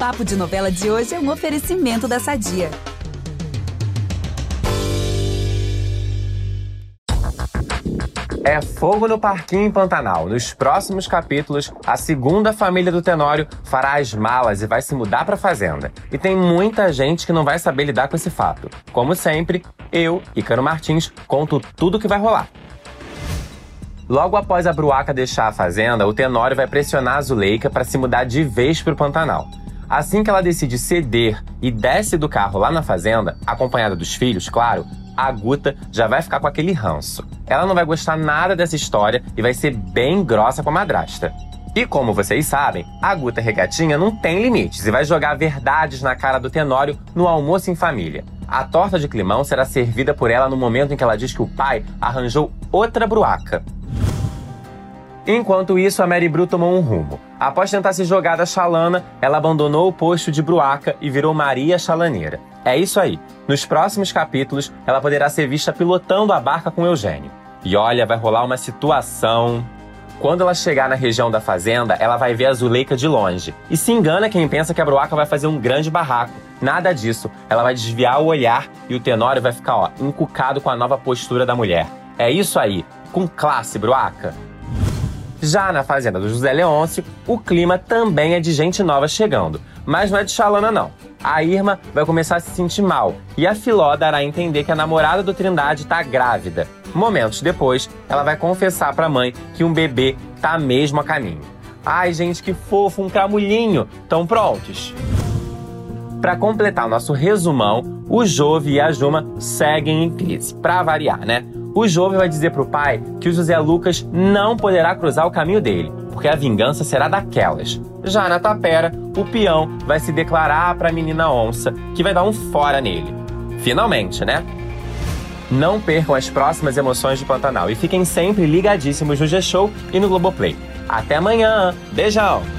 Papo de Novela de hoje é um oferecimento da Sadia. É fogo no parquinho em Pantanal. Nos próximos capítulos, a segunda família do Tenório fará as malas e vai se mudar pra fazenda. E tem muita gente que não vai saber lidar com esse fato. Como sempre, eu, Ícaro Martins, conto tudo o que vai rolar. Logo após a Bruaca deixar a fazenda, o Tenório vai pressionar a Zuleika para se mudar de vez pro Pantanal. Assim que ela decide ceder e desce do carro lá na fazenda, acompanhada dos filhos, claro, a Guta já vai ficar com aquele ranço. Ela não vai gostar nada dessa história e vai ser bem grossa com a madrasta. E como vocês sabem, a Guta Regatinha não tem limites e vai jogar verdades na cara do Tenório no almoço em família. A torta de climão será servida por ela no momento em que ela diz que o pai arranjou outra Bruaca. Enquanto isso, a Mary Bru tomou um rumo. Após tentar se jogar da chalana, ela abandonou o posto de Bruaca e virou Maria Chalaneira. É isso aí. Nos próximos capítulos, ela poderá ser vista pilotando a barca com Eugênio. E olha, vai rolar uma situação... Quando ela chegar na região da fazenda, ela vai ver a Zuleika de longe. E se engana quem pensa que a Bruaca vai fazer um grande barraco. Nada disso. Ela vai desviar o olhar e o Tenório vai ficar, encucado com a nova postura da mulher. É isso aí. Com classe, Bruaca. Já na fazenda do José Leôncio, o clima também é de gente nova chegando. Mas não é de chalana, não. A Irma vai começar a se sentir mal e a Filó dará a entender que a namorada do Trindade tá grávida. Momentos depois, ela vai confessar pra mãe que um bebê tá mesmo a caminho. Ai, gente, que fofo, um cramulhinho. Tão prontos? Pra completar o nosso resumão, o Jove e a Juma seguem em crise. Pra variar, né? O Jove vai dizer pro pai que o José Lucas não poderá cruzar o caminho dele, porque a vingança será daquelas. Já na tapera, o peão vai se declarar pra menina onça, que vai dar um fora nele. Finalmente, né? Não percam as próximas emoções de Pantanal e fiquem sempre ligadíssimos no G-Show e no Globoplay. Até amanhã! Beijão!